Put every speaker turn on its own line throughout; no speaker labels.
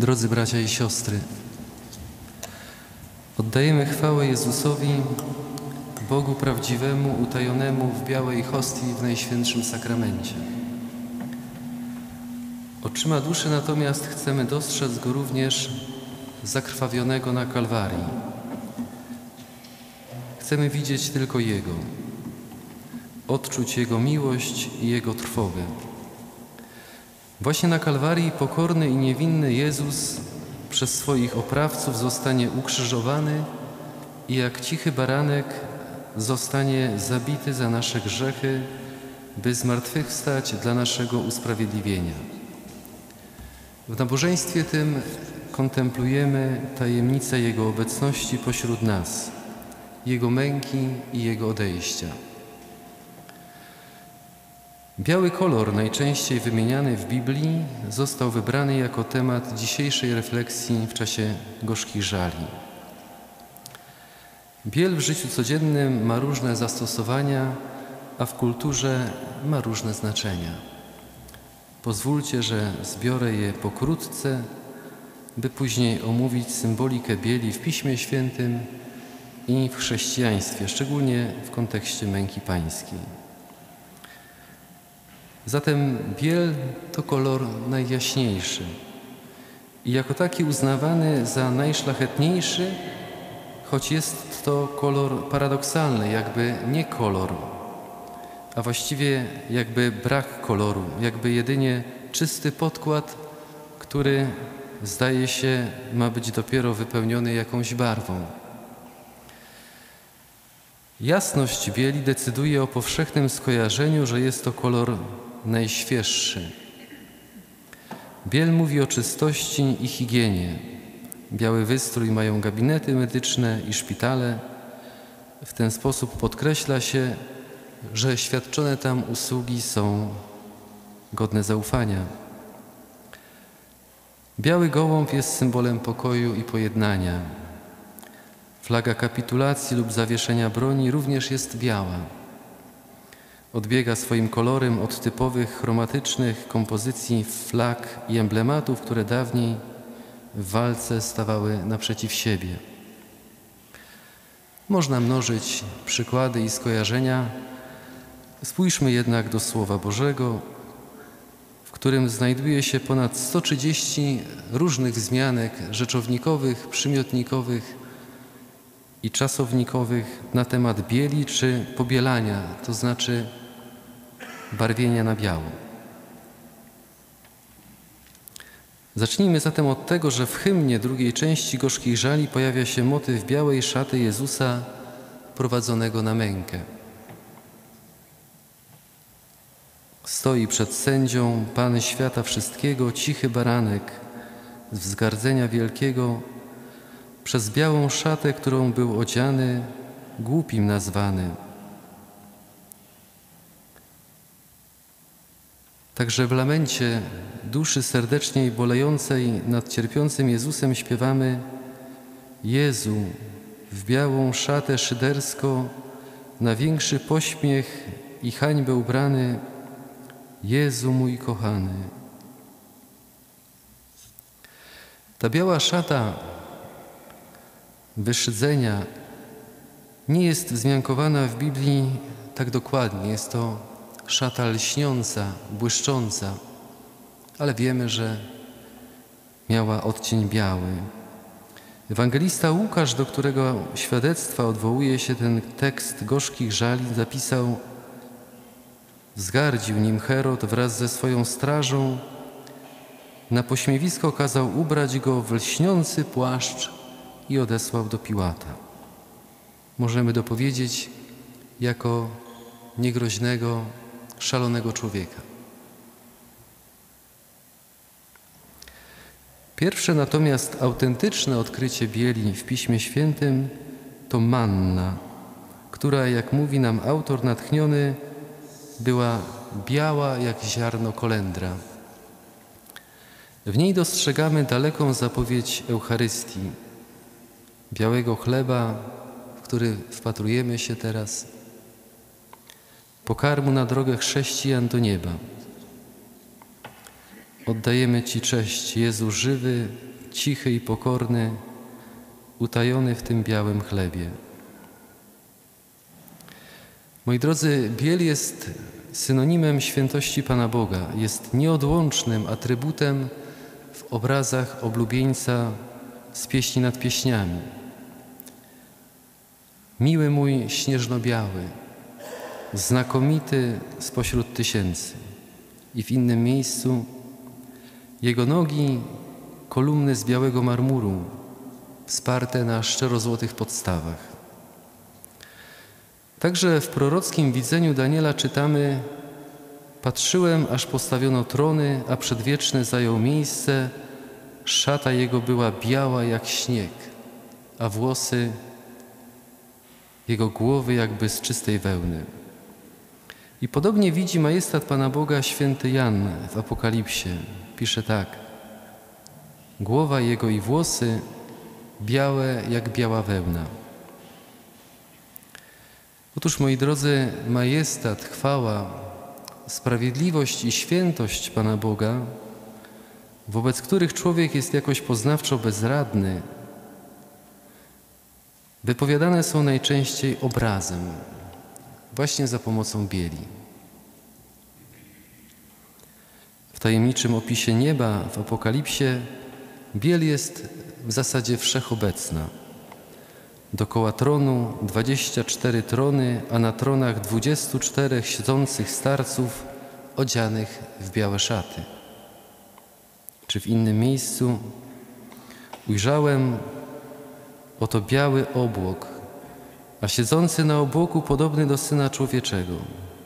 Drodzy bracia i siostry, oddajemy chwałę Jezusowi, Bogu prawdziwemu, utajonemu w białej hostii w Najświętszym Sakramencie. Oczyma duszy natomiast chcemy dostrzec Go również zakrwawionego na Kalwarii. Chcemy widzieć tylko Jego, odczuć Jego miłość i Jego trwogę. Właśnie na Kalwarii pokorny i niewinny Jezus przez swoich oprawców zostanie ukrzyżowany i jak cichy baranek zostanie zabity za nasze grzechy, by zmartwychwstać dla naszego usprawiedliwienia. W nabożeństwie tym kontemplujemy tajemnicę Jego obecności pośród nas, Jego męki i Jego odejścia. Biały kolor, najczęściej wymieniany w Biblii, został wybrany jako temat dzisiejszej refleksji w czasie gorzkich żali. Biel w życiu codziennym ma różne zastosowania, a w kulturze ma różne znaczenia. Pozwólcie, że zbiorę je pokrótce, by później omówić symbolikę bieli w Piśmie Świętym i w chrześcijaństwie, szczególnie w kontekście męki pańskiej. Zatem biel to kolor najjaśniejszy i jako taki uznawany za najszlachetniejszy, choć jest to kolor paradoksalny, jakby nie kolor, a właściwie jakby brak koloru, jakby jedynie czysty podkład, który zdaje się ma być dopiero wypełniony jakąś barwą. Jasność bieli decyduje o powszechnym skojarzeniu, że jest to kolor najświeższy. Biel mówi o czystości i higienie. Biały wystrój mają gabinety medyczne i szpitale. W ten sposób podkreśla się, że świadczone tam usługi są godne zaufania. Biały gołąb jest symbolem pokoju i pojednania. Flaga kapitulacji lub zawieszenia broni również jest biała. Odbiega swoim kolorem od typowych chromatycznych kompozycji flag i emblematów, które dawniej w walce stawały naprzeciw siebie. Można mnożyć przykłady i skojarzenia. Spójrzmy jednak do Słowa Bożego, w którym znajduje się ponad 130 różnych wzmianek rzeczownikowych, przymiotnikowych i czasownikowych na temat bieli czy pobielania, to znaczy barwienia na biało. Zacznijmy zatem od tego, że w hymnie drugiej części gorzkich żali pojawia się motyw białej szaty Jezusa prowadzonego na mękę. Stoi przed sędzią Pan świata wszystkiego, cichy baranek z wzgardzenia wielkiego, przez białą szatę, którą był odziany, głupim nazwany. Także w lamencie duszy serdecznej bolejącej nad cierpiącym Jezusem śpiewamy: Jezu, w białą szatę szydersko, na większy pośmiech i hańbę ubrany, Jezu mój kochany. Ta biała szata wyszydzenia nie jest wzmiankowana w Biblii tak dokładnie. Jest to szata lśniąca, błyszcząca, ale wiemy, że miała odcień biały. Ewangelista Łukasz, do którego świadectwa odwołuje się ten tekst gorzkich żali, zapisał: wzgardził nim Herod wraz ze swoją strażą, na pośmiewisko kazał ubrać go w lśniący płaszcz i odesłał do Piłata. Możemy dopowiedzieć jako niegroźnego, szalonego człowieka. Pierwsze natomiast autentyczne odkrycie bieli w Piśmie Świętym to manna, która, jak mówi nam autor natchniony, była biała jak ziarno kolendra. W niej dostrzegamy daleką zapowiedź Eucharystii, białego chleba, w który wpatrujemy się teraz, pokarmu na drogę chrześcijan do nieba. Oddajemy Ci cześć, Jezu żywy, cichy i pokorny, utajony w tym białym chlebie. Moi drodzy, biel jest synonimem świętości Pana Boga, jest nieodłącznym atrybutem w obrazach oblubieńca z pieśni nad pieśniami. Miły mój śnieżno-biały, znakomity spośród tysięcy. I w innym miejscu jego nogi kolumny z białego marmuru, wsparte na szczerozłotych podstawach. Także w prorockim widzeniu Daniela czytamy: patrzyłem, aż postawiono trony, a przedwieczny zajął miejsce. Szata jego była biała jak śnieg, a włosy jego głowy jakby z czystej wełny. I podobnie widzi majestat Pana Boga święty Jan w Apokalipsie. Pisze tak: głowa jego i włosy białe jak biała wełna. Otóż, moi drodzy, majestat, chwała, sprawiedliwość i świętość Pana Boga, wobec których człowiek jest jakoś poznawczo bezradny, wypowiadane są najczęściej obrazem, właśnie za pomocą bieli. W tajemniczym opisie nieba w Apokalipsie biel jest w zasadzie wszechobecna. Dokoła tronu 24 trony, a na tronach 24 siedzących starców odzianych w białe szaty. Czy w innym miejscu ujrzałem oto biały obłok, a siedzący na obłoku podobny do Syna Człowieczego.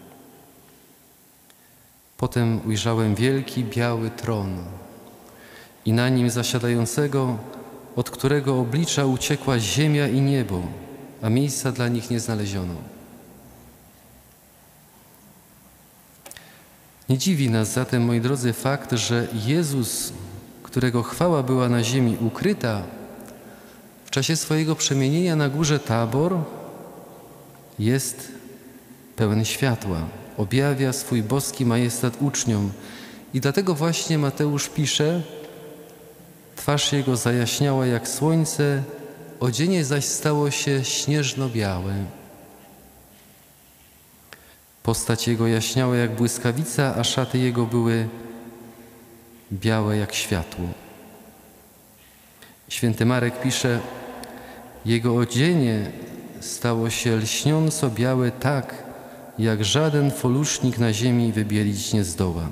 Potem ujrzałem wielki biały tron i na nim zasiadającego, od którego oblicza uciekła ziemia i niebo, a miejsca dla nich nie znaleziono. Nie dziwi nas zatem, moi drodzy, fakt, że Jezus, którego chwała była na ziemi ukryta, w czasie swojego przemienienia na górze Tabor jest pełen światła, objawia swój boski majestat uczniom. I dlatego właśnie Mateusz pisze: twarz jego zajaśniała jak słońce, odzienie zaś stało się śnieżno-białe. Postać jego jaśniała jak błyskawica, a szaty jego były białe jak światło. Święty Marek pisze: jego odzienie stało się lśniąco białe tak, jak żaden folusznik na ziemi wybielić nie zdoła.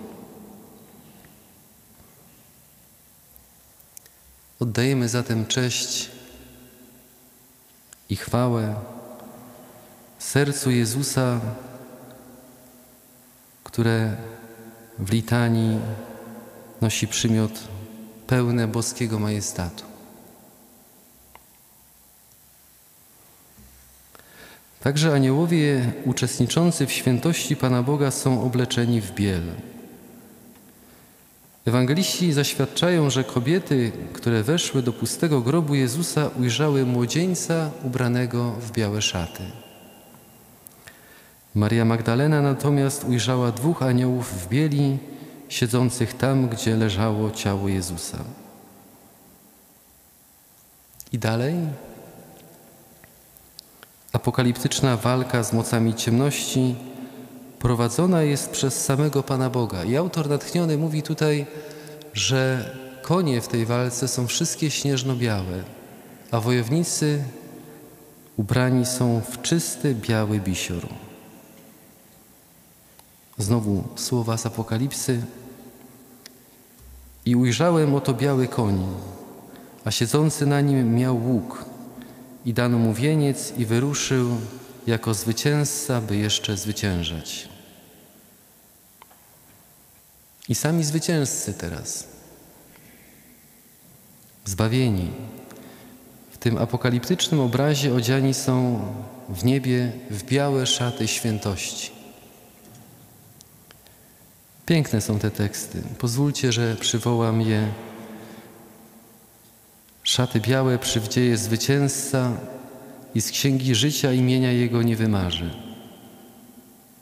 Oddajemy zatem cześć i chwałę sercu Jezusa, które w litanii nosi przymiot pełne boskiego majestatu. Także aniołowie uczestniczący w świętości Pana Boga są obleczeni w biel. Ewangeliści zaświadczają, że kobiety, które weszły do pustego grobu Jezusa, ujrzały młodzieńca ubranego w białe szaty. Maria Magdalena natomiast ujrzała 2 aniołów w bieli, siedzących tam, gdzie leżało ciało Jezusa. I dalej apokaliptyczna walka z mocami ciemności prowadzona jest przez samego Pana Boga. I autor natchniony mówi tutaj, że konie w tej walce są wszystkie śnieżno-białe, a wojownicy ubrani są w czysty, biały bisior. Znowu słowa z Apokalipsy. I ujrzałem oto biały koń, a siedzący na nim miał łuk i dano mu wieniec i wyruszył jako zwycięzca, by jeszcze zwyciężać. I sami zwycięzcy teraz, zbawieni, w tym apokaliptycznym obrazie odziani są w niebie w białe szaty świętości. Piękne są te teksty. Pozwólcie, że przywołam je. Szaty białe przywdzieje zwycięzca i z księgi życia imienia jego nie wymarzy.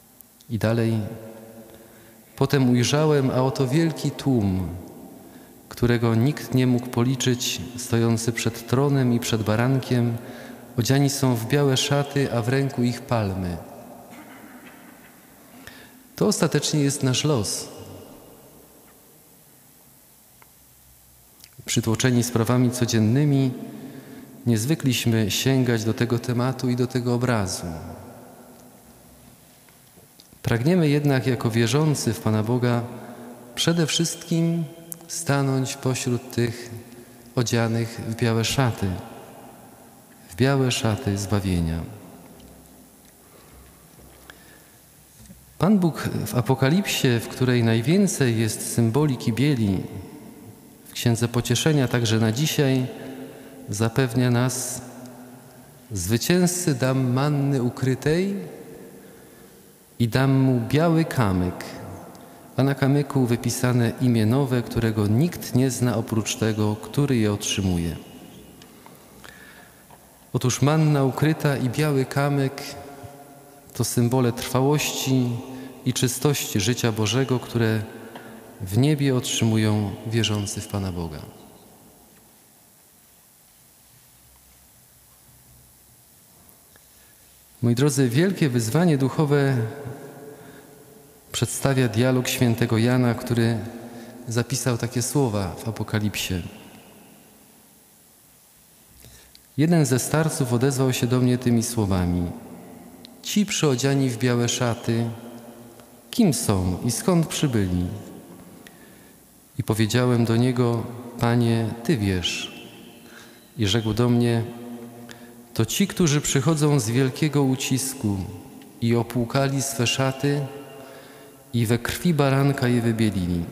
I dalej. Potem ujrzałem, a oto wielki tłum, którego nikt nie mógł policzyć, stojący przed tronem i przed barankiem, odziani są w białe szaty, a w ręku ich palmy. To ostatecznie jest nasz los. Przytłoczeni sprawami codziennymi, nie zwykliśmy sięgać do tego tematu i do tego obrazu. Pragniemy jednak jako wierzący w Pana Boga przede wszystkim stanąć pośród tych odzianych w białe szaty zbawienia. Pan Bóg w Apokalipsie, w której najwięcej jest symboliki bieli, w Księdze Pocieszenia także na dzisiaj, zapewnia nas: zwycięzcy dam manny ukrytej i dam mu biały kamyk, a na kamyku wypisane imię nowe, którego nikt nie zna oprócz tego, który je otrzymuje. Otóż manna ukryta i biały kamyk to symbole trwałości i czystości życia Bożego, które w niebie otrzymują wierzący w Pana Boga. Moi drodzy, wielkie wyzwanie duchowe przedstawia dialog świętego Jana, który zapisał takie słowa w Apokalipsie. Jeden ze starców odezwał się do mnie tymi słowami: ci przyodziani w białe szaty, kim są i skąd przybyli? I powiedziałem do niego: Panie, Ty wiesz. I rzekł do mnie: to ci, którzy przychodzą z wielkiego ucisku i opłukali swe szaty i we krwi baranka je wybielili.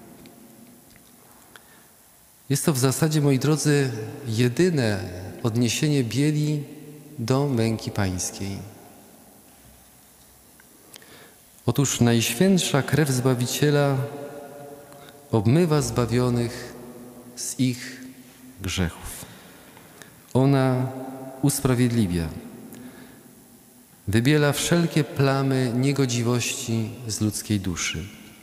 Jest to w zasadzie, moi drodzy, jedyne odniesienie bieli do męki pańskiej. Otóż Najświętsza krew Zbawiciela obmywa zbawionych z ich grzechów. Ona usprawiedliwia, wybiela wszelkie plamy niegodziwości z ludzkiej duszy.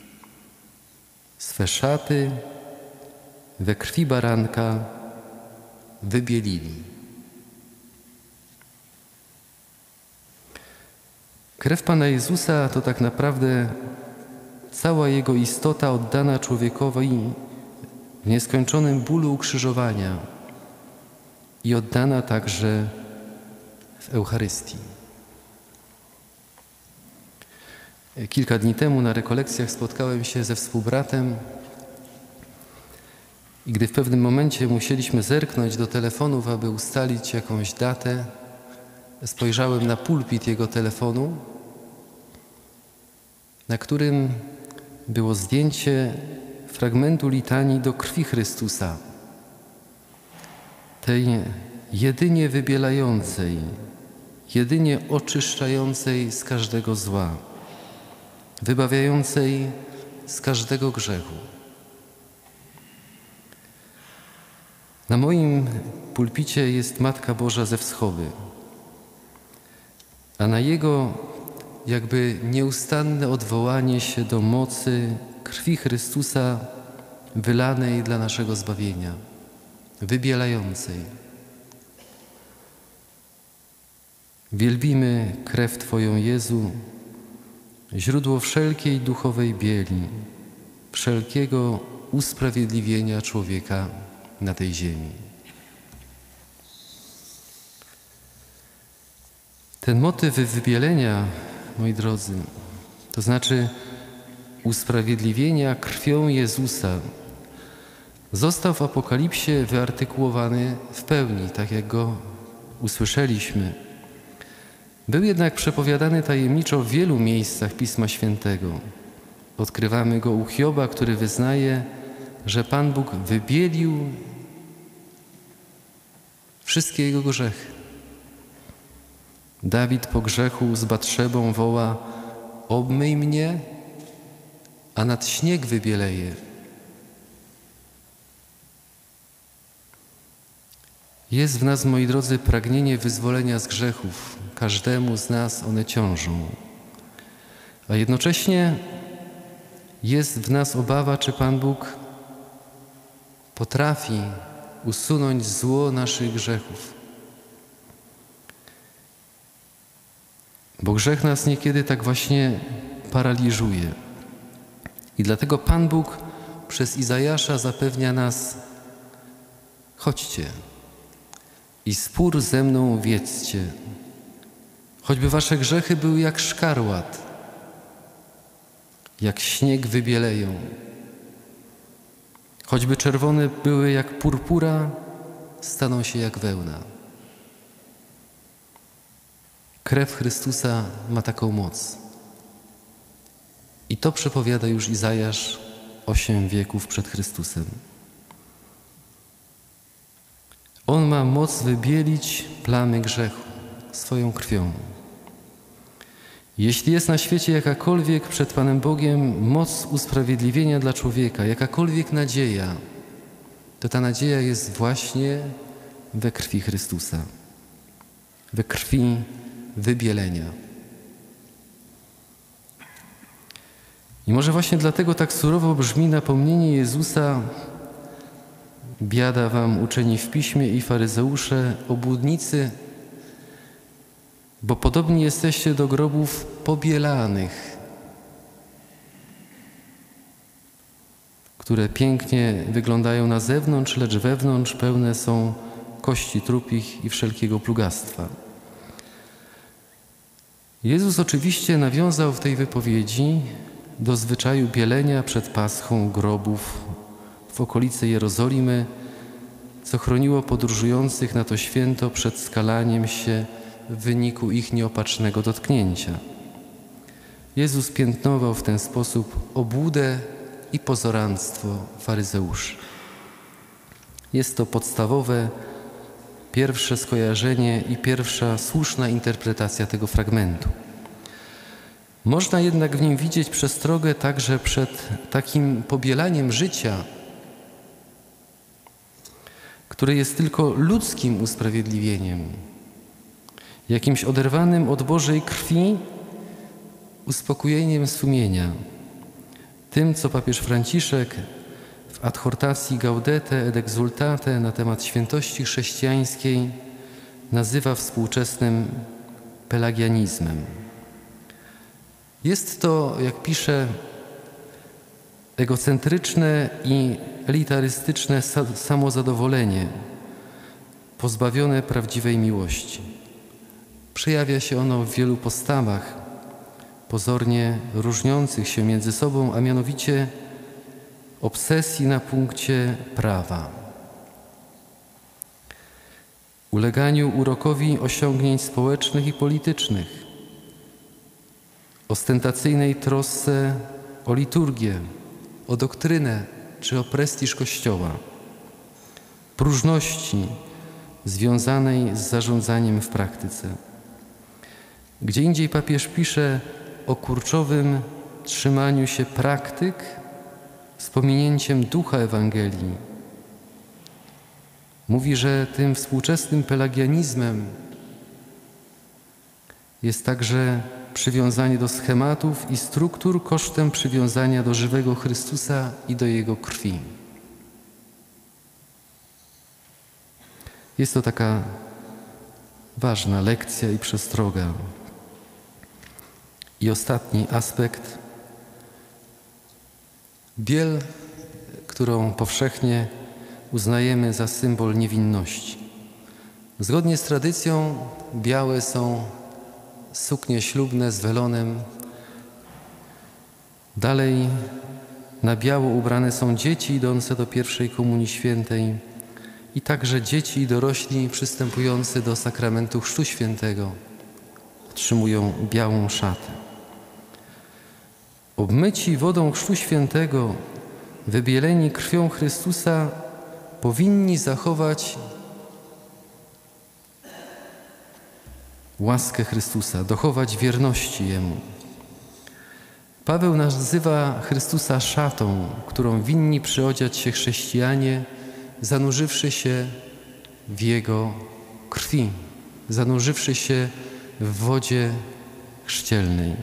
Swe szaty we krwi baranka wybielili. Krew Pana Jezusa to tak naprawdę cała Jego istota oddana człowiekowi w nieskończonym bólu ukrzyżowania i oddana także w Eucharystii. Kilka dni temu na rekolekcjach spotkałem się ze współbratem i gdy w pewnym momencie musieliśmy zerknąć do telefonów, aby ustalić jakąś datę, spojrzałem na pulpit jego telefonu, na którym było zdjęcie fragmentu litanii do krwi Chrystusa, tej jedynie wybielającej, jedynie oczyszczającej z każdego zła, wybawiającej z każdego grzechu. Na moim pulpicie jest Matka Boża ze Wschowy, a na jego jakby nieustanne odwołanie się do mocy krwi Chrystusa wylanej dla naszego zbawienia, wybielającej. Wielbimy krew Twoją, Jezu, źródło wszelkiej duchowej bieli, wszelkiego usprawiedliwienia człowieka na tej ziemi. Ten motyw wybielenia, moi drodzy, to znaczy usprawiedliwienia krwią Jezusa, został w Apokalipsie wyartykułowany w pełni, tak jak go usłyszeliśmy. Był jednak przepowiadany tajemniczo w wielu miejscach Pisma Świętego. Odkrywamy go u Hioba, który wyznaje, że Pan Bóg wybielił wszystkie jego grzechy. Dawid po grzechu z Batszebą woła: obmyj mnie, a nad śnieg wybieleje. Jest w nas, moi drodzy, pragnienie wyzwolenia z grzechów. Każdemu z nas one ciążą. A jednocześnie jest w nas obawa, czy Pan Bóg potrafi usunąć zło naszych grzechów. Bo grzech nas niekiedy tak właśnie paraliżuje. I dlatego Pan Bóg przez Izajasza zapewnia nas: chodźcie i spór ze mną wiedzcie, choćby wasze grzechy były jak szkarłat, jak śnieg wybieleją, choćby czerwone były jak purpura, staną się jak wełna. Krew Chrystusa ma taką moc. I to przepowiada już Izajasz 8 wieków przed Chrystusem. On ma moc wybielić plamy grzechu swoją krwią. Jeśli jest na świecie jakakolwiek przed Panem Bogiem moc usprawiedliwienia dla człowieka, jakakolwiek nadzieja, to ta nadzieja jest właśnie we krwi Chrystusa, we krwi wybielenia. I może właśnie dlatego tak surowo brzmi napomnienie Jezusa: biada wam, uczeni w piśmie i faryzeusze, obłudnicy, bo podobni jesteście do grobów pobielanych, które pięknie wyglądają na zewnątrz, lecz wewnątrz pełne są kości trupich i wszelkiego plugastwa. Jezus oczywiście nawiązał w tej wypowiedzi do zwyczaju bielenia przed Paschą grobów w okolicy Jerozolimy, co chroniło podróżujących na to święto przed skalaniem się w wyniku ich nieopatrznego dotknięcia. Jezus piętnował w ten sposób obłudę i pozoranstwo faryzeuszy. Jest to podstawowe, pierwsze skojarzenie i pierwsza słuszna interpretacja tego fragmentu. Można jednak w nim widzieć przestrogę także przed takim pobielaniem życia, które jest tylko ludzkim usprawiedliwieniem, jakimś oderwanym od Bożej krwi uspokojeniem sumienia. Tym, co papież Franciszek w adhortacji Gaudete et Exsultate na temat świętości chrześcijańskiej nazywa współczesnym pelagianizmem. Jest to, jak pisze, egocentryczne i elitarystyczne samozadowolenie, pozbawione prawdziwej miłości. Przejawia się ono w wielu postawach, pozornie różniących się między sobą, a mianowicie obsesji na punkcie prawa, uleganiu urokowi osiągnięć społecznych i politycznych, ostentacyjnej trosce o liturgię, o doktrynę czy o prestiż Kościoła, próżności związanej z zarządzaniem w praktyce. Gdzie indziej papież pisze o kurczowym trzymaniu się praktyk z pominięciem ducha Ewangelii. Mówi, że tym współczesnym pelagianizmem jest także przywiązanie do schematów i struktur kosztem przywiązania do żywego Chrystusa i do Jego krwi. Jest to taka ważna lekcja i przestroga. I ostatni aspekt. Biel, którą powszechnie uznajemy za symbol niewinności. Zgodnie z tradycją białe są suknie ślubne z welonem. Dalej na biało ubrane są dzieci idące do pierwszej komunii świętej i także dzieci i dorośli przystępujący do sakramentu Chrztu Świętego otrzymują białą szatę. Obmyci wodą Chrztu Świętego, wybieleni krwią Chrystusa, powinni zachować łaskę Chrystusa, dochować wierności Jemu. Paweł nazywa Chrystusa szatą, którą winni przyodziać się chrześcijanie, zanurzywszy się w Jego krwi, zanurzywszy się w wodzie chrzcielnej.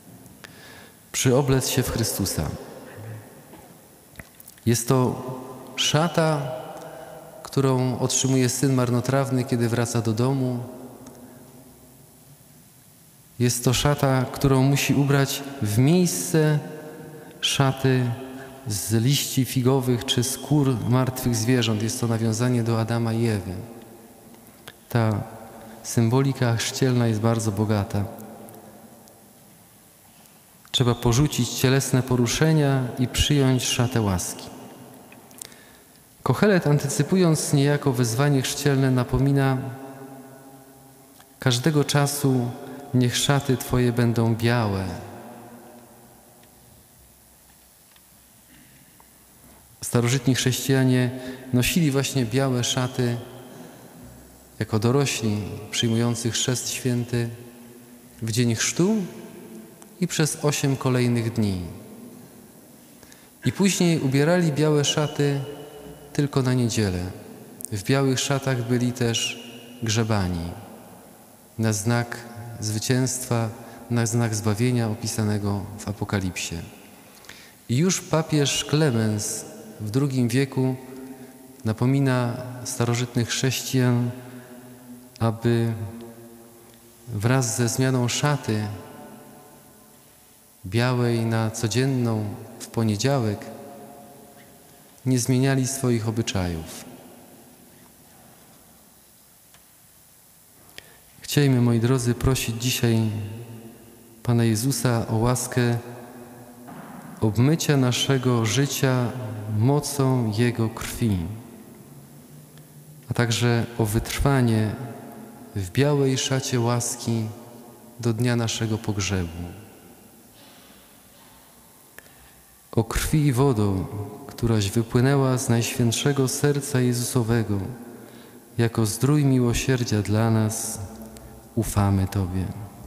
Przyoblec się w Chrystusa. Jest to szata, którą otrzymuje syn marnotrawny, kiedy wraca do domu. Jest to szata, którą musi ubrać w miejsce szaty z liści figowych czy skór martwych zwierząt. Jest to nawiązanie do Adama i Ewy. Ta symbolika chrzcielna jest bardzo bogata. Trzeba porzucić cielesne poruszenia i przyjąć szatę łaski. Kohelet, antycypując niejako wezwanie chrzcielne, napomina: każdego czasu niech szaty Twoje będą białe. Starożytni chrześcijanie nosili właśnie białe szaty jako dorośli przyjmujący chrzest święty w dzień chrztu i przez 8 kolejnych dni. I później ubierali białe szaty tylko na niedzielę. W białych szatach byli też grzebani na znak zwycięstwa, na znak zbawienia opisanego w Apokalipsie. I już papież Klemens w II wieku napomina starożytnych chrześcijan, aby wraz ze zmianą szaty białej na codzienną w poniedziałek nie zmieniali swoich obyczajów. Chcielibyśmy, moi drodzy, prosić dzisiaj Pana Jezusa o łaskę obmycia naszego życia mocą Jego krwi, a także o wytrwanie w białej szacie łaski do dnia naszego pogrzebu. O krwi i wodo, któraś wypłynęła z Najświętszego Serca Jezusowego, jako zdrój miłosierdzia dla nas, ufamy Tobie.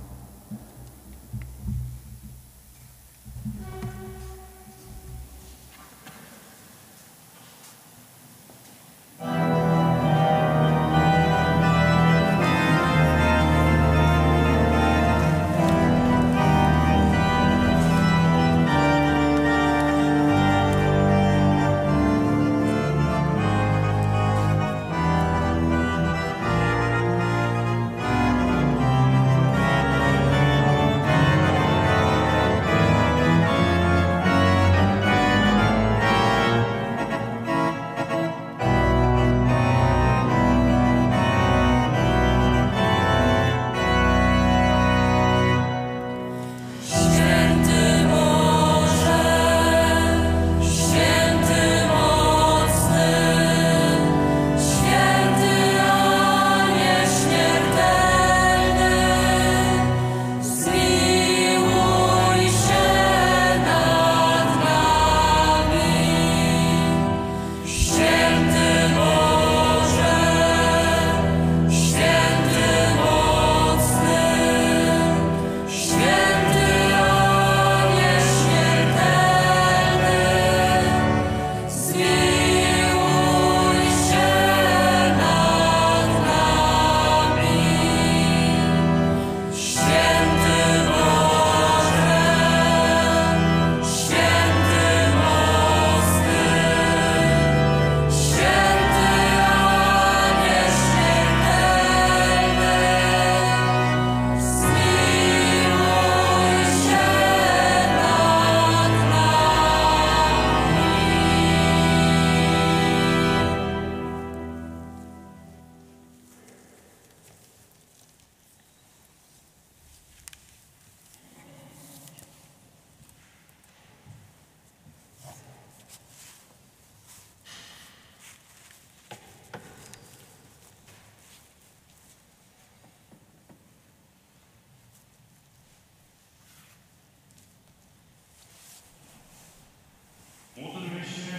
Módlmy się.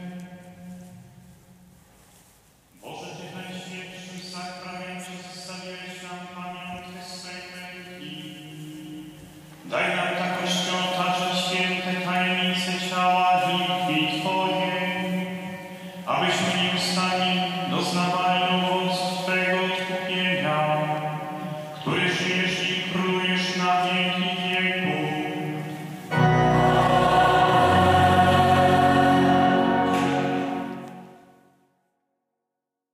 Boże, Ty w Najświętszym Sakramencie zostawiłeś nam pamiątkę swej krwi. Daj nam takoż otaczać święte tajemnice ciała